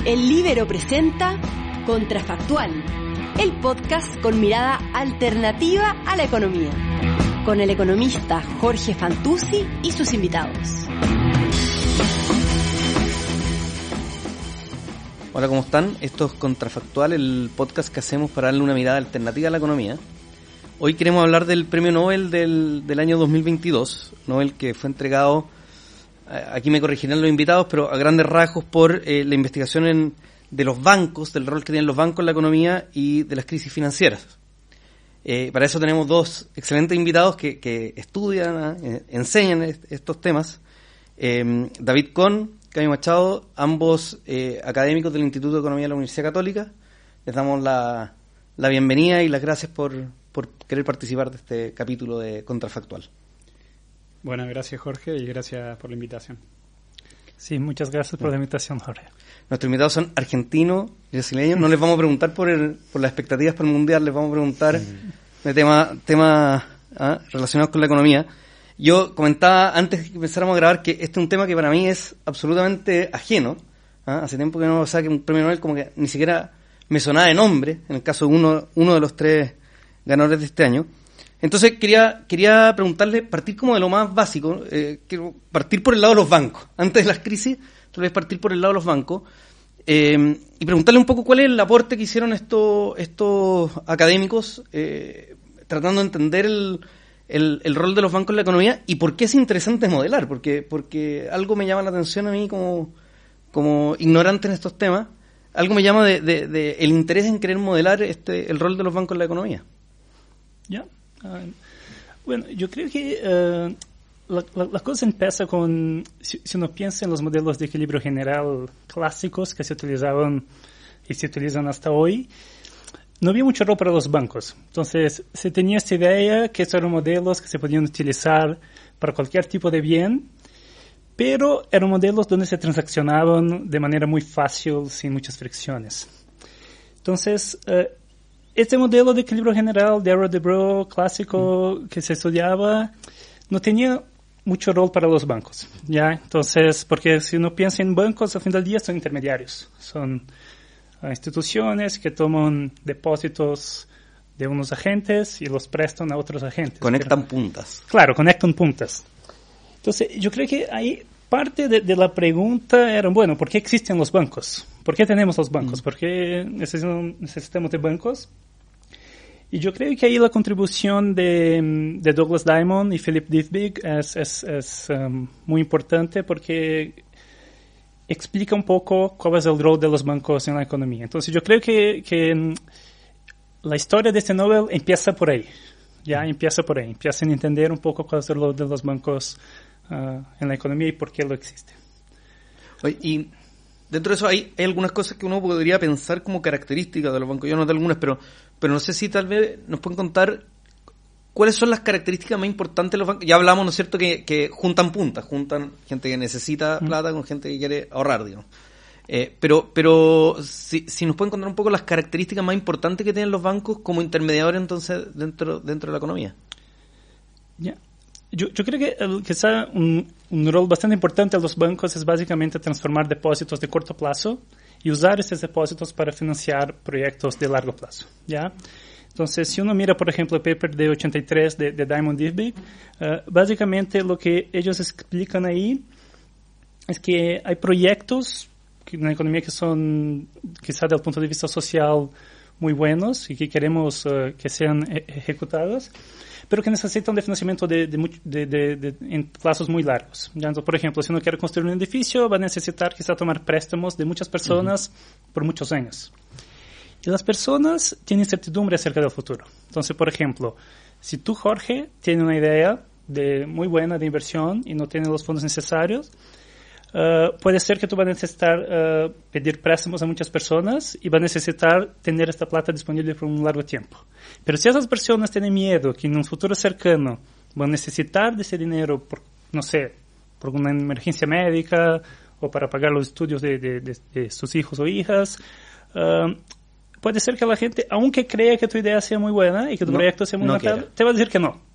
El Líbero presenta Contrafactual, el podcast con mirada alternativa a la economía, con el economista Jorge Fantuzzi y sus invitados. Hola, ¿cómo están? Esto es Contrafactual, el podcast que hacemos para darle una mirada alternativa a la economía. Hoy queremos hablar del premio Nobel del año 2022, Nobel que fue entregado, aquí me corregirán los invitados, pero a grandes rasgos por la investigación de los bancos, del rol que tienen los bancos en la economía y de las crisis financieras. Para eso tenemos dos excelentes invitados que estudian, enseñan estos temas. David Kohn, Camilo Machado, ambos académicos del Instituto de Economía de la Universidad Católica. Les damos la bienvenida y las gracias por querer participar de este capítulo de Contrafactual. Bueno, gracias Jorge y gracias por la invitación. Sí, muchas gracias por la invitación, Jorge. Nuestros invitados son argentinos y brasileños. No les vamos a preguntar por las expectativas para el Mundial, les vamos a preguntar de temas relacionados con la economía. Yo comentaba antes que empezáramos a grabar que este es un tema que para mí es absolutamente ajeno. Hace tiempo que no pasaba que un premio Nobel como que ni siquiera me sonaba de nombre, en el caso de uno de los tres ganadores de este año. Entonces quería preguntarle, partir como de lo más básico, quiero partir por el lado de los bancos. Antes de las crisis, tú debes partir por el lado de los bancos y preguntarle un poco cuál es el aporte que hicieron estos académicos tratando de entender el rol de los bancos en la economía y por qué es interesante modelar, porque algo me llama la atención a mí como ignorante en estos temas, algo me llama de el interés en querer modelar el rol de los bancos en la economía. Ya. Bueno, yo creo que la cosa empieza con, si uno piensa en los modelos de equilibrio general clásicos que se utilizaban y se utilizan hasta hoy, no había mucho rol para los bancos. Entonces, se tenía esta idea que estos eran modelos que se podían utilizar para cualquier tipo de bien, pero eran modelos donde se transaccionaban de manera muy fácil, sin muchas fricciones. Entonces, este modelo de equilibrio general de Arrow-Debreu clásico que se estudiaba no tenía mucho rol para los bancos, ¿ya? Entonces, porque si uno piensa en bancos, al fin del día son intermediarios, son instituciones que toman depósitos de unos agentes y los prestan a otros agentes. Conectan puntas. Claro, conectan puntas. Entonces, yo creo que ahí parte de la pregunta era, bueno, ¿por qué existen los bancos? ¿Por qué tenemos los bancos? ¿Por qué necesitamos de bancos? Y yo creo que ahí la contribución de Douglas Diamond y Philip Dybvig es muy importante porque explica un poco cuál es el rol de los bancos en la economía. Entonces yo creo que la historia de este Nobel empieza por ahí. Empieza en entender un poco cuál es el rol de los bancos en la economía y por qué lo existe. Oye, y dentro de eso hay algunas cosas que uno podría pensar como características de los bancos. Yo noté algunas, pero no sé si tal vez nos pueden contar cuáles son las características más importantes de los bancos. Ya hablamos, ¿no es cierto?, que juntan puntas, juntan gente que necesita plata con gente que quiere ahorrar, digamos. Pero si nos pueden contar un poco las características más importantes que tienen los bancos como intermediadores entonces dentro de la economía. Ya. Yo creo que quizá un rol bastante importante de los bancos es básicamente transformar depósitos de corto plazo y usar estos depósitos para financiar proyectos de largo plazo, ¿ya? Entonces, si uno mira, por ejemplo, el paper de 83 de Diamond Dybvig, básicamente lo que ellos explican ahí es que hay proyectos en la economía que son, quizá desde el punto de vista social, muy buenos y que queremos que sean ejecutados, pero que necesitan de financiamiento en plazos muy largos. Entonces, por ejemplo, si uno quiere construir un edificio, va a necesitar quizá tomar préstamos de muchas personas por muchos años. Y las personas tienen incertidumbre acerca del futuro. Entonces, por ejemplo, si tú, Jorge, tienes una idea muy buena de inversión y no tienes los fondos necesarios, puede ser que tú vas a necesitar pedir préstamos a muchas personas y vas a necesitar tener esta plata disponible por un largo tiempo. Pero si esas personas tienen miedo que en un futuro cercano van a necesitar de ese dinero por, no sé, por una emergencia médica o para pagar los estudios de sus hijos o hijas, puede ser que la gente, aunque crea que tu idea sea muy buena y que tu proyecto sea muy rentable, te va a decir que no.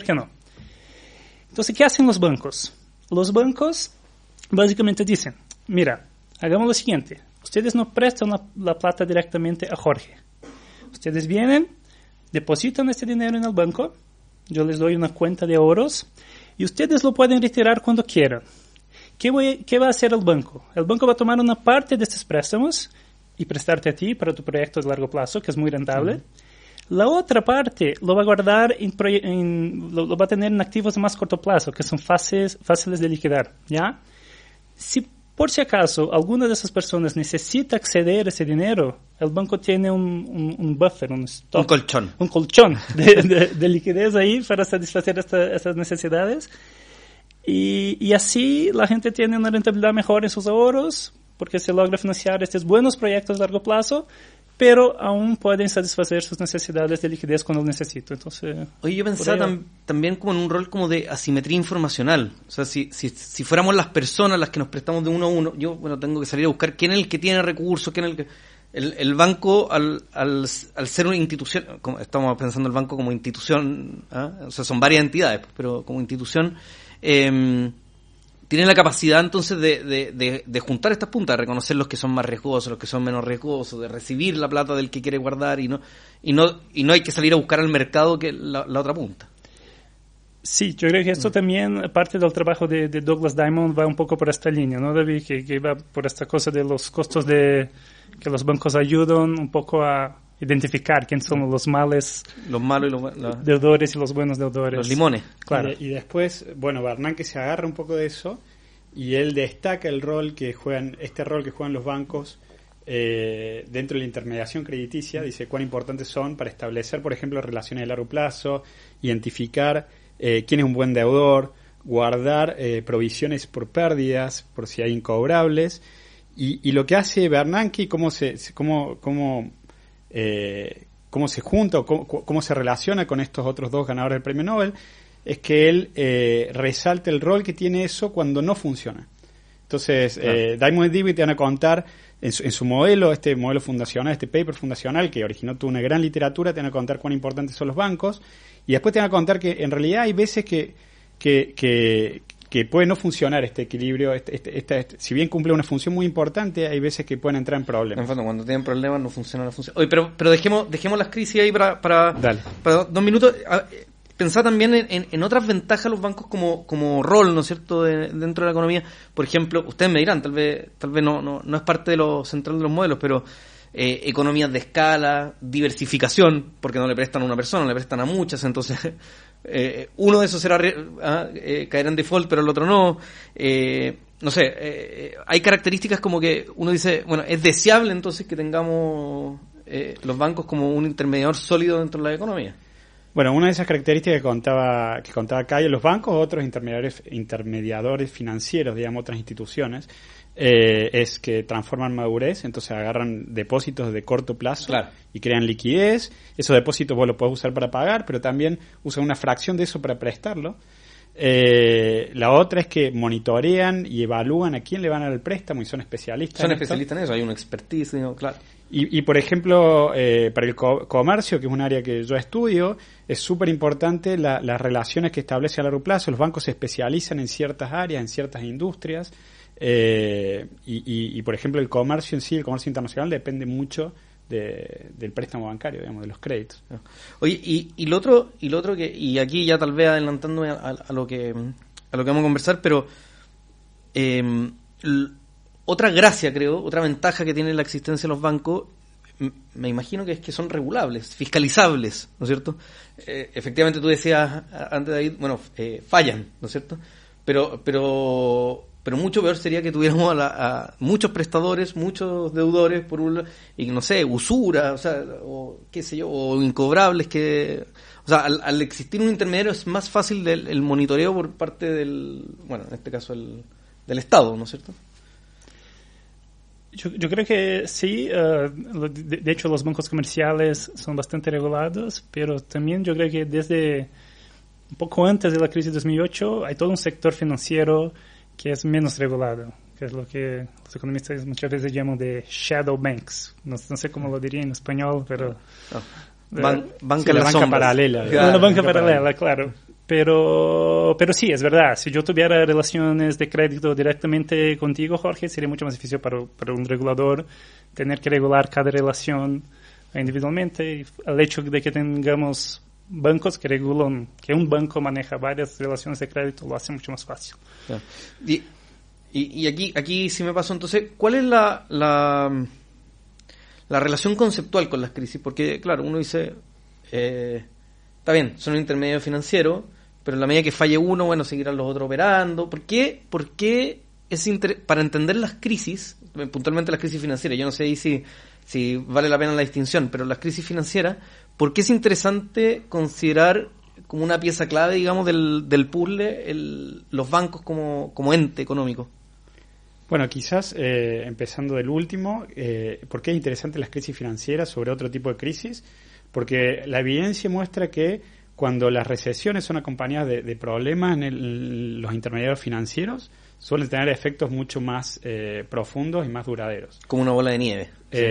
Entonces, ¿qué hacen los bancos? Los bancos básicamente dicen, mira, hagamos lo siguiente, ustedes no prestan la plata directamente a Jorge. Ustedes vienen, depositan este dinero en el banco, yo les doy una cuenta de ahorros y ustedes lo pueden retirar cuando quieran. ¿Qué va a hacer el banco? El banco va a tomar una parte de estos préstamos y prestarte a ti para tu proyecto de largo plazo, que es muy rentable. La otra parte lo va a guardar lo va a tener en activos de más corto plazo, que son fáciles de liquidar, ¿ya? Si por si acaso alguna de esas personas necesita acceder a ese dinero, el banco tiene un buffer, un stock, un colchón de liquidez ahí para satisfacer estas necesidades. Y así la gente tiene una rentabilidad mejor en sus ahorros, porque se logra financiar estos buenos proyectos a largo plazo, pero aún pueden satisfacer sus necesidades de liquidez cuando lo necesito. Entonces, oye, yo pensaba también como en un rol como de asimetría informacional. O sea, si fuéramos las personas las que nos prestamos de uno a uno, yo tengo que salir a buscar quién es el que tiene recursos, quién es el que... El banco, al ser una institución, como estamos pensando el banco como institución, o sea, son varias entidades, pero como institución, tienen la capacidad entonces de juntar estas puntas, de reconocer los que son más riesgosos, los que son menos riesgosos, de recibir la plata del que quiere guardar y no hay que salir a buscar al mercado que la otra punta. Sí, yo creo que esto también, parte del trabajo de Douglas Diamond, va un poco por esta línea, ¿no, David? Que va por esta cosa de los costos que los bancos ayudan un poco a identificar quién son los malos y los deudores y los buenos deudores. Los limones. Claro. Y después, Bernanke se agarra un poco de eso y él destaca el rol que juegan los bancos dentro de la intermediación crediticia. Dice cuán importantes son para establecer, por ejemplo, relaciones de largo plazo, identificar quién es un buen deudor, guardar provisiones por pérdidas, por si hay incobrables. Y lo que hace Bernanke, cómo se junta o cómo se relaciona con estos otros dos ganadores del premio Nobel, es que él resalta el rol que tiene eso cuando no funciona. Entonces, Diamond y Dewey te van a contar en su modelo, este modelo fundacional, este paper fundacional que originó toda una gran literatura, te van a contar cuán importantes son los bancos y después te van a contar que en realidad hay veces que puede no funcionar este equilibrio, si bien cumple una función muy importante, hay veces que pueden entrar en problemas. En fondo, cuando tienen problemas no funciona la función. Oye, pero dejemos las crisis ahí para 2 minutos. Pensar también en otras ventajas de los bancos como rol, ¿no es cierto?, dentro de la economía. Por ejemplo, ustedes me dirán, tal vez no es parte de lo central de los modelos, pero economías de escala, diversificación, porque no le prestan a una persona, le prestan a muchas, entonces uno de esos caerá en default, pero el otro no. No sé, hay características como que uno dice, bueno, es deseable entonces que tengamos los bancos como un intermediador sólido dentro de la economía. Bueno, una de esas características que contaba Cayo, los bancos o otros intermediadores financieros, digamos, otras instituciones, es que transforman madurez, entonces agarran depósitos de corto plazo y crean liquidez. Esos depósitos vos los podés usar para pagar, pero también usan una fracción de eso para prestarlo. La otra es que monitorean y evalúan a quién le van a dar el préstamo y son especialistas. Son especialistas en eso, hay una expertise, claro. Y por ejemplo, para el comercio, que es un área que yo estudio, es súper importante las relaciones que establece a largo plazo. Los bancos se especializan en ciertas áreas, en ciertas industrias, y por ejemplo el comercio en sí, el comercio internacional depende mucho del préstamo bancario, digamos, de los créditos. Oye, y lo otro que, y aquí ya tal vez adelantándome a lo que vamos a conversar, pero otra gracia, creo, otra ventaja que tiene la existencia de los bancos, me imagino que es que son regulables, fiscalizables, ¿no es cierto? Efectivamente tú decías antes, David, fallan, ¿no es cierto? Pero mucho peor sería que tuviéramos a muchos prestadores, muchos deudores, por un lado, y no sé, usura, o qué sé yo, o incobrables que... O sea, al existir un intermediario es más fácil el monitoreo por parte del, en este caso del Estado, ¿no es cierto? Yo creo que sí, de hecho los bancos comerciales son bastante regulados, pero también yo creo que desde un poco antes de la crisis de 2008 hay todo un sector financiero que es menos regulado, que es lo que los economistas muchas veces llaman de shadow banks. No sé cómo lo diría en español, pero... banca paralela. Una banca paralela, claro. Pero sí, es verdad. Si yo tuviera relaciones de crédito directamente contigo, Jorge, sería mucho más difícil para un regulador tener que regular cada relación individualmente. Y el hecho de que tengamos bancos que regulan, que un banco maneja varias relaciones de crédito, lo hace mucho más fácil. Claro. Y aquí sí me pasó. Entonces, ¿cuál es la relación conceptual con las crisis? Porque, claro, uno dice, está bien, son un intermediario financiero, pero en la medida que falle uno, bueno, seguirán los otros operando. ¿Por qué para entender las crisis, puntualmente las crisis financieras, yo no sé ahí si vale la pena la distinción, pero las crisis financieras, ¿por qué es interesante considerar como una pieza clave, digamos, del puzzle los bancos como ente económico? Bueno, quizás empezando del último, ¿por qué es interesante las crisis financieras sobre otro tipo de crisis? Porque la evidencia muestra que cuando las recesiones son acompañadas de problemas en los intermediarios financieros, suelen tener efectos mucho más profundos y más duraderos. Como una bola de nieve.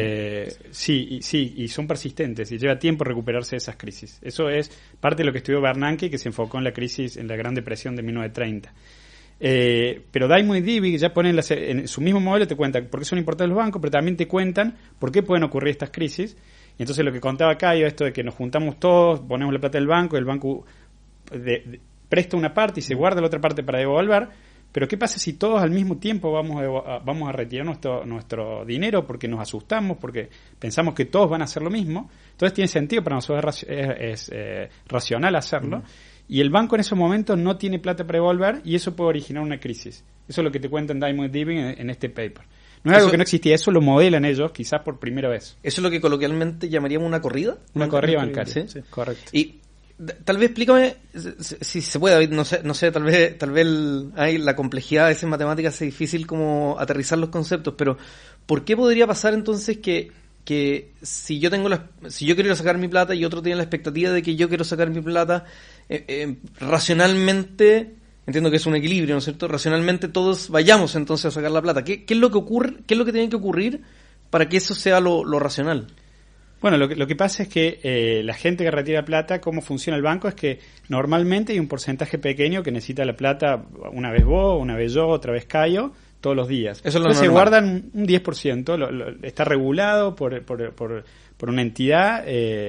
Sí, y son persistentes y lleva tiempo recuperarse de esas crisis. Eso es parte de lo que estudió Bernanke, que se enfocó en la crisis, en la Gran Depresión de 1930. Pero Diamond y Dybvig ya ponen en su mismo modelo, te cuentan por qué son importantes los bancos, pero también te cuentan por qué pueden ocurrir estas crisis. Y entonces lo que contaba Caio, esto de que nos juntamos todos, ponemos la plata del banco, y el banco presta una parte y se guarda la otra parte para devolver. Pero ¿qué pasa si todos al mismo tiempo vamos a retirar nuestro dinero porque nos asustamos, porque pensamos que todos van a hacer lo mismo? Entonces tiene sentido para nosotros, es racional hacerlo. Y el banco en esos momentos no tiene plata para devolver y eso puede originar una crisis. Eso es lo que te cuentan Diamond y Dybvig en este paper. No es algo que no existía, eso lo modelan ellos quizás por primera vez. ¿Eso es lo que coloquialmente llamaríamos una corrida? Una corrida bancaria, ¿sí? Correcto. Y tal vez explícame, si se puede, David, no sé, tal vez la complejidad de esas matemáticas es difícil como aterrizar los conceptos, pero ¿por qué podría pasar entonces que si yo quiero sacar mi plata y otro tiene la expectativa de que yo quiero sacar mi plata, racionalmente, entiendo que es un equilibrio, ¿no es cierto? Racionalmente todos vayamos entonces a sacar la plata. ¿Qué es lo que ocurre? ¿Qué es lo que tiene que ocurrir para que eso sea lo racional? Bueno, lo que pasa es que la gente que retira plata, cómo funciona el banco, es que normalmente hay un porcentaje pequeño que necesita la plata una vez vos, una vez yo, otra vez Caio, todos los días. Eso es lo Entonces normal. se guardan un 10%, está regulado por una entidad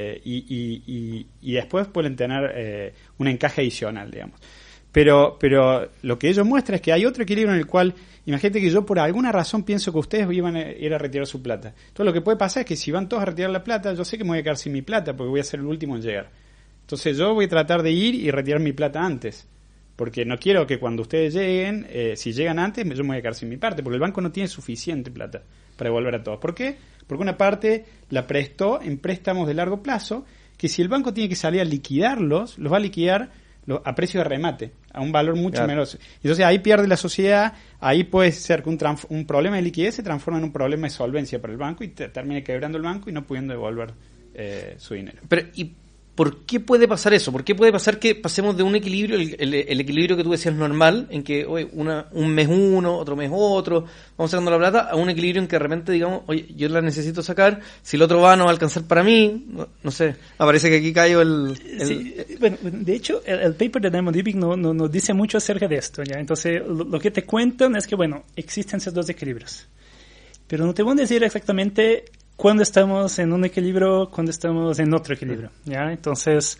y después pueden tener un encaje adicional, digamos. Pero lo que ellos muestran es que hay otro equilibrio en el cual, imagínate que yo por alguna razón pienso que ustedes iban a ir a retirar su plata. Entonces lo que puede pasar es que si van todos a retirar la plata, yo sé que me voy a quedar sin mi plata porque voy a ser el último en llegar. Entonces yo voy a tratar de ir y retirar mi plata antes. Porque no quiero que cuando ustedes lleguen, si llegan antes, yo me voy a quedar sin mi parte. Porque el banco no tiene suficiente plata para devolver a todos. ¿Por qué? Porque una parte la prestó en préstamos de largo plazo, que si el banco tiene que salir a liquidarlos, los va a liquidar a precio de remate, a un valor mucho menor. Entonces ahí pierde la sociedad, ahí puede ser que un problema de liquidez se transforma en un problema de solvencia para el banco y termine quebrando el banco y no pudiendo devolver su dinero. Pero, ¿y por qué puede pasar eso? ¿Por qué puede pasar que pasemos de un equilibrio, el equilibrio que tú decías normal, en que un mes uno, otro mes otro, vamos sacando la plata, a un equilibrio en que de repente digamos, oye, yo la necesito sacar, si el otro no va a alcanzar para mí, no sé, parece que aquí cayó Sí, bueno, de hecho, el paper de Diamond y Dybvig no dice mucho acerca de esto, ¿ya? Entonces, lo que te cuentan es que, bueno, existen esos dos equilibrios, pero no te van a decir exactamente cuando estamos en un equilibrio, cuando estamos en otro equilibrio, ¿ya? Entonces,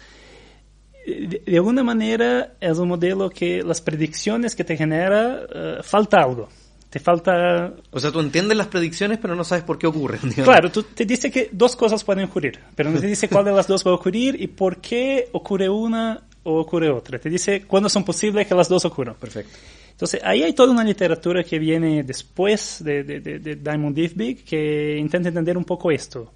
de alguna manera es un modelo que las predicciones que te genera, falta algo. Te falta... O sea, tú entiendes las predicciones, pero no sabes por qué ocurren. Digamos. Claro, tú te dice que dos cosas pueden ocurrir, pero no te dice cuál de las dos va a ocurrir y por qué ocurre una o ocurre otra. Te dice cuándo son posibles que las dos ocurran. Perfecto. Entonces, ahí hay toda una literatura que viene después de Diamond y Dybvig que intenta entender un poco esto.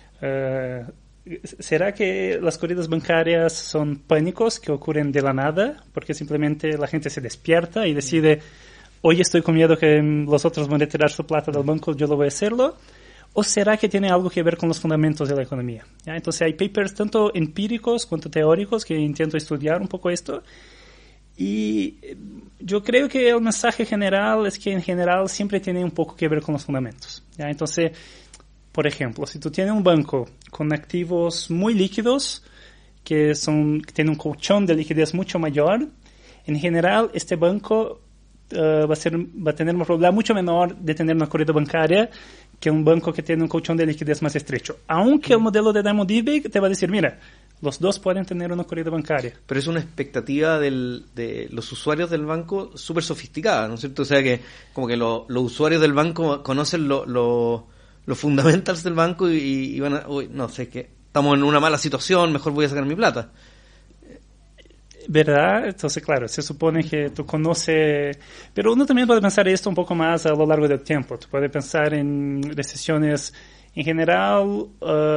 ¿Será que las corridas bancarias son pánicos que ocurren de la nada? Porque simplemente la gente se despierta y decide, hoy estoy con miedo que los otros van a retirar su plata del banco, yo lo voy a hacerlo. ¿O será que tiene algo que ver con los fundamentos de la economía? ¿Ya? Entonces, hay papers tanto empíricos cuanto teóricos que intento estudiar un poco esto. Y yo creo que el mensaje general es que en general siempre tiene un poco que ver con los fundamentos, ¿ya? Entonces, por ejemplo, si tú tienes un banco con activos muy líquidos que tienen un colchón de liquidez mucho mayor, en general este banco va a tener una probabilidad mucho menor de tener una corrida bancaria que un banco que tiene un colchón de liquidez más estrecho. Aunque el modelo de Diamond DBIG te va a decir, mira, los dos pueden tener una corrida bancaria. Pero es una expectativa de los usuarios del banco súper sofisticada, ¿no es cierto? O sea que como que los usuarios del banco conocen los fundamentals del banco y van a, uy, no sé, que estamos en una mala situación, mejor voy a sacar mi plata. ¿Verdad? Entonces, claro, se supone que tú conoces... Pero uno también puede pensar esto un poco más a lo largo del tiempo. Tú puedes pensar en recesiones... En general,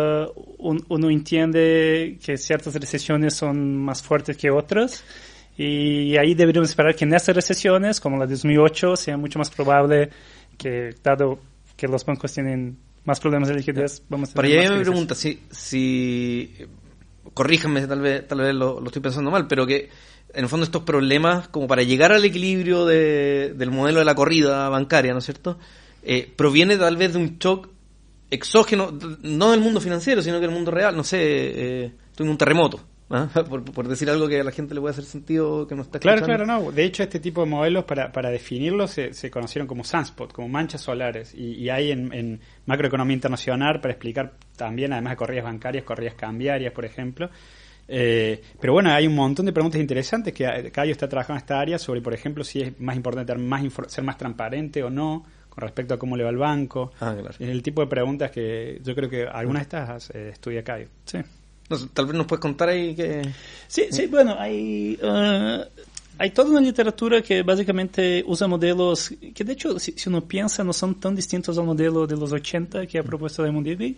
uno entiende que ciertas recesiones son más fuertes que otras. Y ahí deberíamos esperar que en estas recesiones, como la de 2008, sea mucho más probable que, dado que los bancos tienen más problemas de liquidez, vamos a tener Para allá más me crisis. pregunta si corríjanme, tal vez lo estoy pensando mal, pero que en el fondo estos problemas, como para llegar al equilibrio del modelo de la corrida bancaria, ¿no es cierto? Proviene tal vez de un shock exógeno, no del mundo financiero, sino que del mundo real, no sé, estoy en un terremoto, ¿ah? por decir algo que a la gente le puede hacer sentido, que no está escuchando. Claro, no. De hecho, este tipo de modelos, para definirlos, se conocieron como sunspot, como manchas solares. Y hay en macroeconomía internacional para explicar también, además de corridas bancarias, corridas cambiarias, por ejemplo. Pero bueno, hay un montón de preguntas interesantes que Caio está trabajando en esta área sobre, por ejemplo, si es más importante ser más transparente o no con respecto a cómo le va el banco. Claro. Es el tipo de preguntas que yo creo que algunas de estas estudia Caio. Sí. No sé, tal vez nos puedes contar ahí que... Sí, bueno, hay toda una literatura que básicamente usa modelos que, de hecho, si uno piensa, no son tan distintos al modelo de los 80 que ha propuesto Diamond DBIG.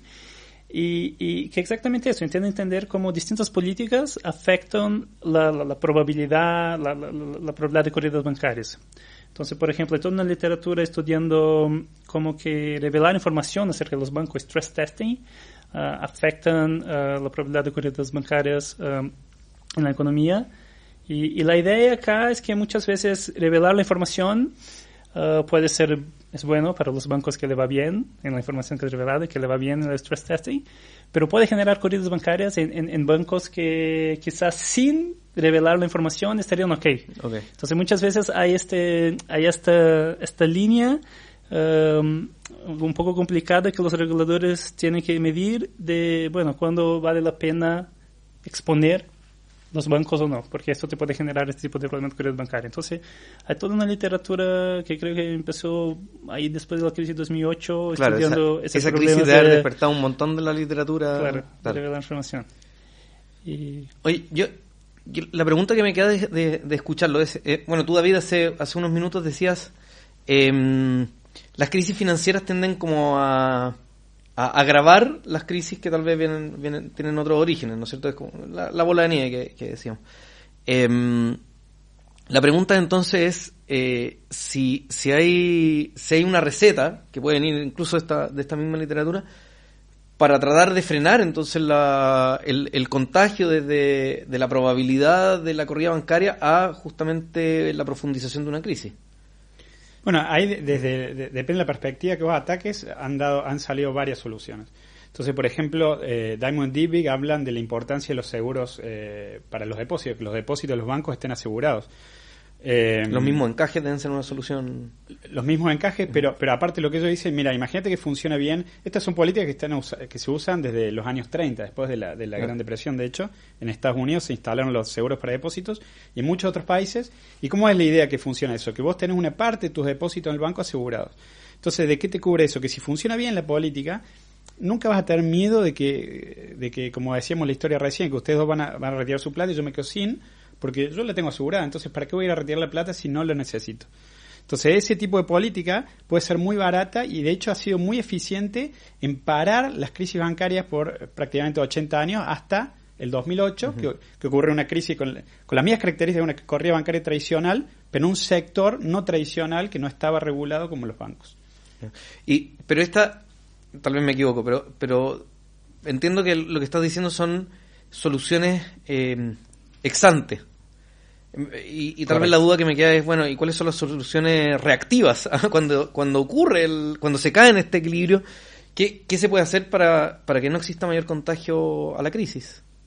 Y que exactamente eso, intenta entender cómo distintas políticas afectan la probabilidad, la probabilidad de corridas bancarias. Entonces, por ejemplo, hay toda una literatura estudiando cómo que revelar información acerca de los bancos, stress testing, afectan la probabilidad de corridas bancarias en la economía. Y la idea acá es que muchas veces revelar la información es bueno para los bancos que le va bien en la información que es revelada, que le va bien en el stress testing, pero puede generar corridas bancarias en bancos que quizás sin revelar la información estarían okay. Entonces muchas veces hay esta línea un poco complicada que los reguladores tienen que medir de, bueno, cuándo vale la pena exponer los bancos o no, porque esto te puede generar este tipo de problemas de corridas bancarias. Entonces, hay toda una literatura que creo que empezó ahí después de la crisis de 2008, claro, estudiando esa crisis de haber despertado un montón de la literatura. Claro, de revelar información. Oye, yo la pregunta que me queda de escucharlo es, bueno, tú, David, hace unos minutos decías, las crisis financieras tienden como a agravar las crisis que tal vez tienen otros orígenes, ¿no es cierto? Es como la bola de nieve que decíamos. La pregunta entonces es si hay una receta que puede venir incluso de esta misma literatura para tratar de frenar entonces el contagio desde de la probabilidad de la corrida bancaria a justamente la profundización de una crisis. Bueno, ahí depende de la perspectiva que vos ataques, han salido varias soluciones. Entonces, por ejemplo, Diamond DBIG hablan de la importancia de los seguros para los depósitos, que los depósitos de los bancos estén asegurados. Los mismos encajes deben ser una solución. Los mismos encajes, pero aparte lo que ellos dicen, mira, imagínate que funciona bien. Estas son políticas que se usan desde los años 30, después de la Gran Depresión. De hecho, en Estados Unidos se instalaron los seguros para depósitos y en muchos otros países. ¿Y cómo es la idea que funciona eso? Que vos tenés una parte de tus depósitos en el banco asegurados. Entonces, ¿de qué te cubre eso? Que si funciona bien la política, nunca vas a tener miedo de que como decíamos la historia recién, que ustedes dos van a retirar su plata y yo me quedo sin, porque yo la tengo asegurada. Entonces, ¿para qué voy a ir a retirar la plata si no lo necesito? Entonces, ese tipo de política puede ser muy barata y, de hecho, ha sido muy eficiente en parar las crisis bancarias por prácticamente 80 años hasta el 2008, que ocurre una crisis con las mismas características de una corrida bancaria tradicional, pero en un sector no tradicional que no estaba regulado como los bancos. Pero esta, tal vez me equivoco, pero entiendo que lo que estás diciendo son soluciones ex ante. Y tal vez la duda que me queda es, bueno, ¿y cuáles son las soluciones reactivas? Cuando ocurre, cuando se cae en este equilibrio, ¿qué se puede hacer para que no exista mayor contagio a la crisis?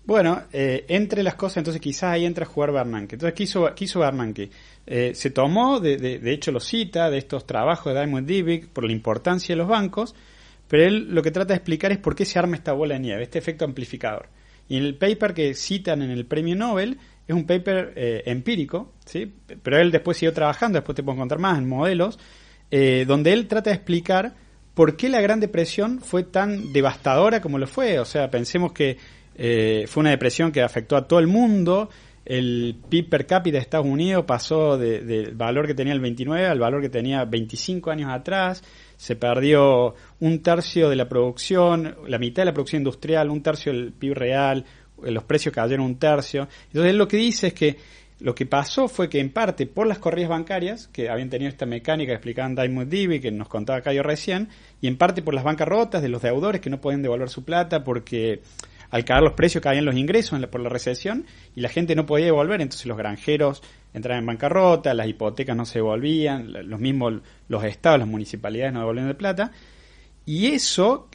Bueno, entre las cosas, entonces quizás ahí entra a jugar Bernanke. Entonces, ¿qué hizo Bernanke? Se tomó, de hecho lo cita, de estos trabajos de Diamond Dybvig por la importancia de los bancos, pero él lo que trata de explicar es por qué se arma esta bola de nieve, este efecto amplificador. Y en el paper que citan en el premio Nobel, es un paper empírico, ¿sí? Pero él después siguió trabajando, después te puedo contar más, en modelos, donde él trata de explicar por qué la Gran Depresión fue tan devastadora como lo fue. O sea, pensemos que fue una depresión que afectó a todo el mundo. El PIB per cápita de Estados Unidos pasó del valor que tenía el 29 al valor que tenía 25 años atrás. Se perdió un tercio de la producción, la mitad de la producción industrial, un tercio del PIB real, los precios cayeron un tercio. Entonces él lo que dice es que lo que pasó fue que en parte por las corridas bancarias, que habían tenido esta mecánica que explicaban Diamond Dybvig, que nos contaba Cayo recién, y en parte por las bancarrotas de los deudores que no podían devolver su plata porque al caer los precios caían los ingresos por la recesión y la gente no podía devolver, entonces los granjeros entraban en bancarrota, las hipotecas no se devolvían, los mismos los estados, las municipalidades no devolvían de plata, y eso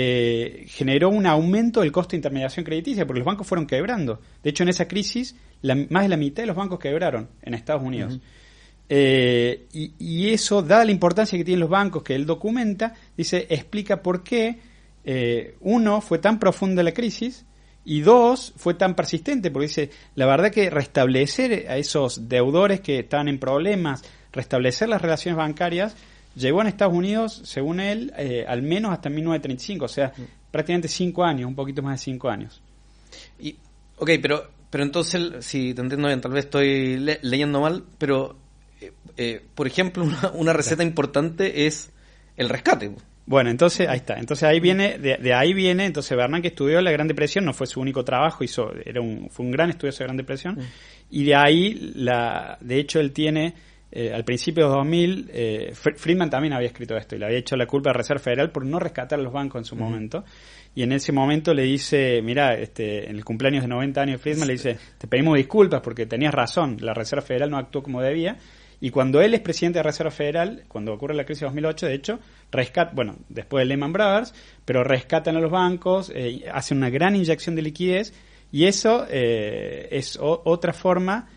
generó un aumento del costo de intermediación crediticia porque los bancos fueron quebrando. De hecho, en esa crisis más de la mitad de los bancos quebraron en Estados Unidos. Uh-huh. Y eso, dada la importancia que tienen los bancos, que él documenta, explica por qué uno, fue tan profunda la crisis, y dos, fue tan persistente, porque dice, la verdad que restablecer a esos deudores que estaban en problemas, restablecer las relaciones bancarias, llegó en Estados Unidos, según él, al menos hasta 1935, o sea, prácticamente 5 años, un poquito más de 5 años. Ok, pero entonces, si te entiendo bien, tal vez estoy leyendo mal, pero, por ejemplo, una receta importante es el rescate. Bueno, entonces ahí está. Entonces ahí viene, de ahí viene, entonces Bernanke estudió la Gran Depresión, no fue su único trabajo, fue un gran estudio de la Gran Depresión, y de ahí, de hecho él tiene, al principio de 2000, Friedman también había escrito esto, y le había hecho la culpa a la Reserva Federal por no rescatar a los bancos en su momento, y en ese momento le dice, mira, en el cumpleaños de 90 años de Friedman le dice, te pedimos disculpas porque tenías razón, la Reserva Federal no actuó como debía. Y cuando él es presidente de la Reserva Federal, cuando ocurre la crisis de 2008, de hecho, después de Lehman Brothers, pero rescatan a los bancos, hacen una gran inyección de liquidez, y eso es otra forma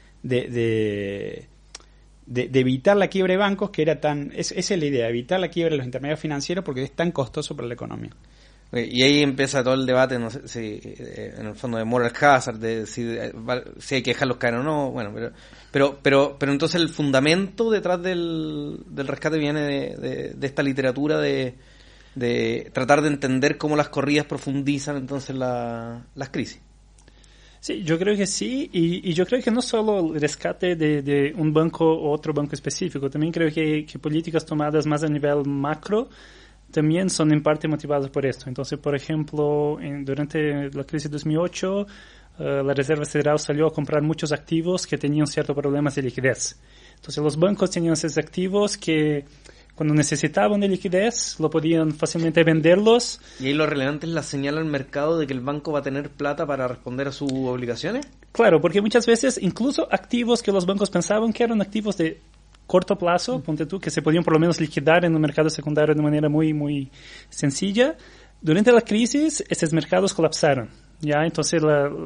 de evitar la quiebra de bancos, que era esa es la idea, evitar la quiebra de los intermediarios financieros porque es tan costoso para la economía. Y ahí empieza todo el debate, no sé si en el fondo de moral hazard, de si hay que dejarlos caer o no, bueno, pero entonces el fundamento detrás del rescate viene de esta literatura de tratar de entender cómo las corridas profundizan entonces las crisis. Sí, yo creo que sí, y yo creo que no solo el rescate de un banco u otro banco específico, también creo que políticas tomadas más a nivel macro también son en parte motivadas por esto. Entonces, por ejemplo, durante la crisis de 2008, la Reserva Federal salió a comprar muchos activos que tenían ciertos problemas de liquidez. Entonces, los bancos tenían esos activos que cuando necesitaban de liquidez, lo podían fácilmente venderlos. ¿Y ahí lo relevante es la señal al mercado de que el banco va a tener plata para responder a sus obligaciones? Claro, porque muchas veces incluso activos que los bancos pensaban que eran activos de corto plazo, ponte tú, que se podían por lo menos liquidar en un mercado secundario de manera muy, muy sencilla. Durante la crisis, estos mercados colapsaron. Ya, entonces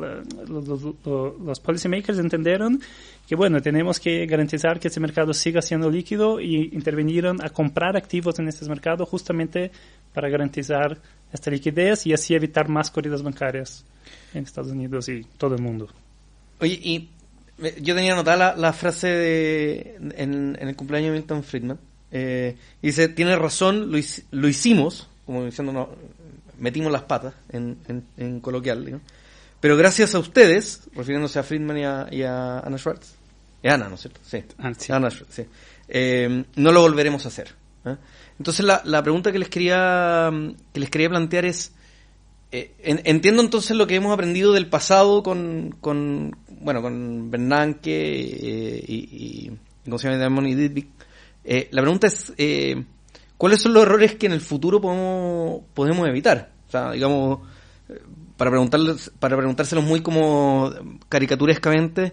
los policymakers entendieron que, bueno, tenemos que garantizar que ese mercado siga siendo líquido y intervinieron a comprar activos en estos mercados justamente para garantizar esta liquidez y así evitar más corridas bancarias en Estados Unidos y todo el mundo. Oye, y yo tenía anotada la frase en el cumpleaños de Milton Friedman. Dice, tiene razón, lo hicimos, como diciendo, no, metimos las patas en coloquial, ¿no? Pero gracias a ustedes, refiriéndose a Friedman y a Anna Schwartz, Ana, ¿no es cierto? Sí, sí. Anna Schwartz, sí. No lo volveremos a hacer. Entonces la pregunta que les quería plantear es, entiendo entonces lo que hemos aprendido del pasado con Bernanke y ¿cómo se llama? Diamond y Dybvig. La pregunta es, ¿cuáles son los errores que en el futuro podemos evitar? O sea, digamos, para preguntárselos muy como caricaturescamente,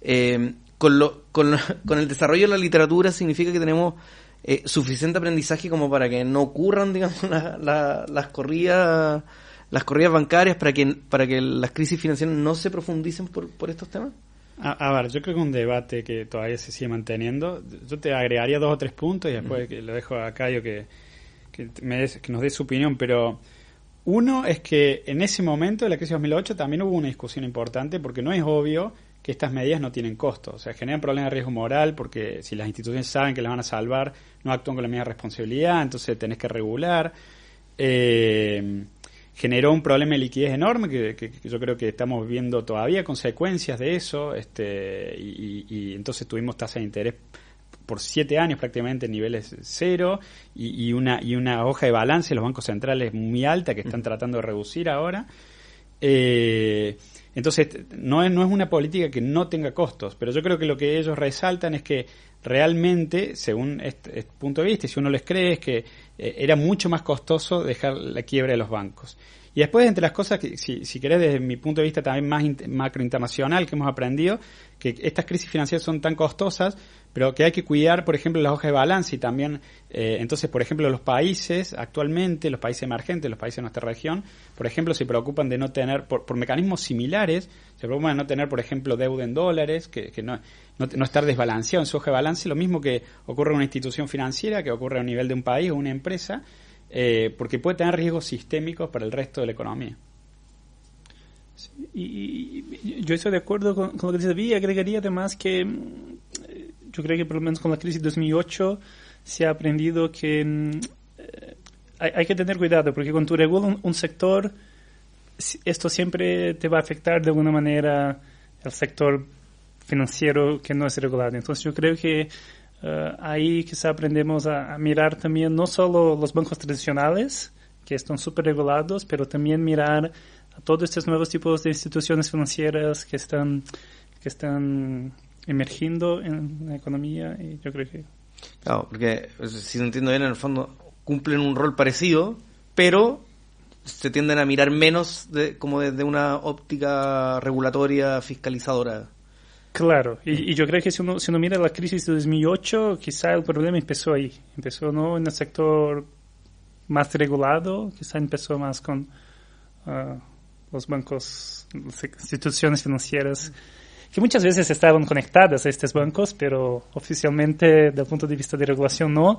con el desarrollo de la literatura significa que tenemos suficiente aprendizaje como para que no ocurran, digamos, las corridas las corridas bancarias para que las crisis financieras no se profundicen por estos temas? A ver, yo creo que es un debate que todavía se sigue manteniendo. Yo te agregaría 2 o 3 puntos y después que lo dejo a Cayo que nos dé su opinión, pero uno es que en ese momento de la crisis de 2008 también hubo una discusión importante porque no es obvio que estas medidas no tienen costo, o sea, generan problemas de riesgo moral porque si las instituciones saben que las van a salvar, no actúan con la misma responsabilidad, entonces tenés que regular. Generó un problema de liquidez enorme que yo creo que estamos viendo todavía consecuencias de eso, y entonces tuvimos tasa de interés por 7 años prácticamente en niveles cero y una hoja de balance de los bancos centrales muy alta que están tratando de reducir ahora. Entonces no es una política que no tenga costos, pero yo creo que lo que ellos resaltan es que realmente, según este punto de vista, y si uno les cree, es que era mucho más costoso dejar la quiebra de los bancos. Y después, entre las cosas que, si querés, desde mi punto de vista también más macro internacional, que hemos aprendido, que estas crisis financieras son tan costosas, pero que hay que cuidar, por ejemplo, las hojas de balance y también, entonces, por ejemplo, los países actualmente, los países emergentes, los países de nuestra región, por ejemplo, se preocupan de no tener, por mecanismos similares, se preocupan de no tener, por ejemplo, deuda en dólares, que no estar desbalanceado en su hoja de balance, lo mismo que ocurre en una institución financiera, que ocurre a nivel de un país o una empresa, porque puede tener riesgos sistémicos para el resto de la economía. Sí, y yo estoy de acuerdo con lo que dice David, y agregaría además que yo creo que por lo menos con la crisis de 2008 se ha aprendido que hay que tener cuidado, porque cuando tú regulas un sector, esto siempre te va a afectar de alguna manera el sector financiero que no es regulado. Entonces yo creo que ahí quizá aprendemos a mirar también no solo los bancos tradicionales, que están súper regulados, pero también mirar a todos estos nuevos tipos de instituciones financieras que están emergiendo en la economía, y yo creo que... Claro, porque si no entiendo bien, en el fondo cumplen un rol parecido, pero se tienden a mirar menos como desde una óptica regulatoria fiscalizadora. Claro, y yo creo que si uno mira la crisis de 2008, quizá el problema empezó ahí. Empezó no en el sector más regulado, quizá empezó más con los bancos, las instituciones financieras, que muchas veces estaban conectadas a estos bancos, pero oficialmente, desde el punto de vista de regulación, no.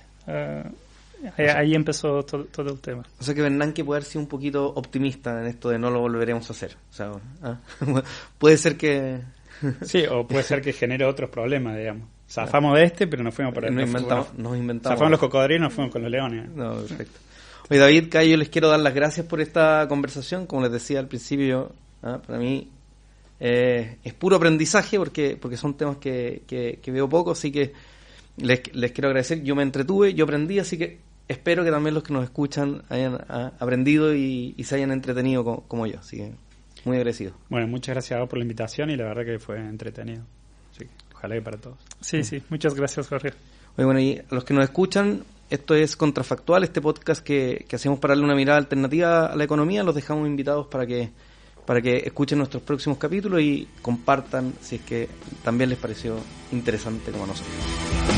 Ahí empezó todo el tema. O sea que Bernanke puede haber sido un poquito optimista en esto de no lo volveremos a hacer. O sea, puede ser que... Sí, o puede ser que genere otros problemas, digamos. Zafamos de pero nos fuimos por el... Nos inventamos. Zafamos los cocodrilos y nos fuimos con los leones. No, perfecto. Oye, David, Cayo, les quiero dar las gracias por esta conversación. Como les decía al principio, para mí es puro aprendizaje porque son temas que veo poco, así que les quiero agradecer. Yo me entretuve, yo aprendí, así que espero que también los que nos escuchan hayan aprendido y se hayan entretenido como yo. Así que muy agradecido. Bueno, muchas gracias a vos por la invitación y la verdad que fue entretenido. Así que ojalá que para todos. Sí, muchas gracias, Jorge. Oye, bueno, y a los que nos escuchan, esto es Contrafactual, este podcast que hacemos para darle una mirada alternativa a la economía. Los dejamos invitados para que escuchen nuestros próximos capítulos y compartan si es que también les pareció interesante como a nosotros.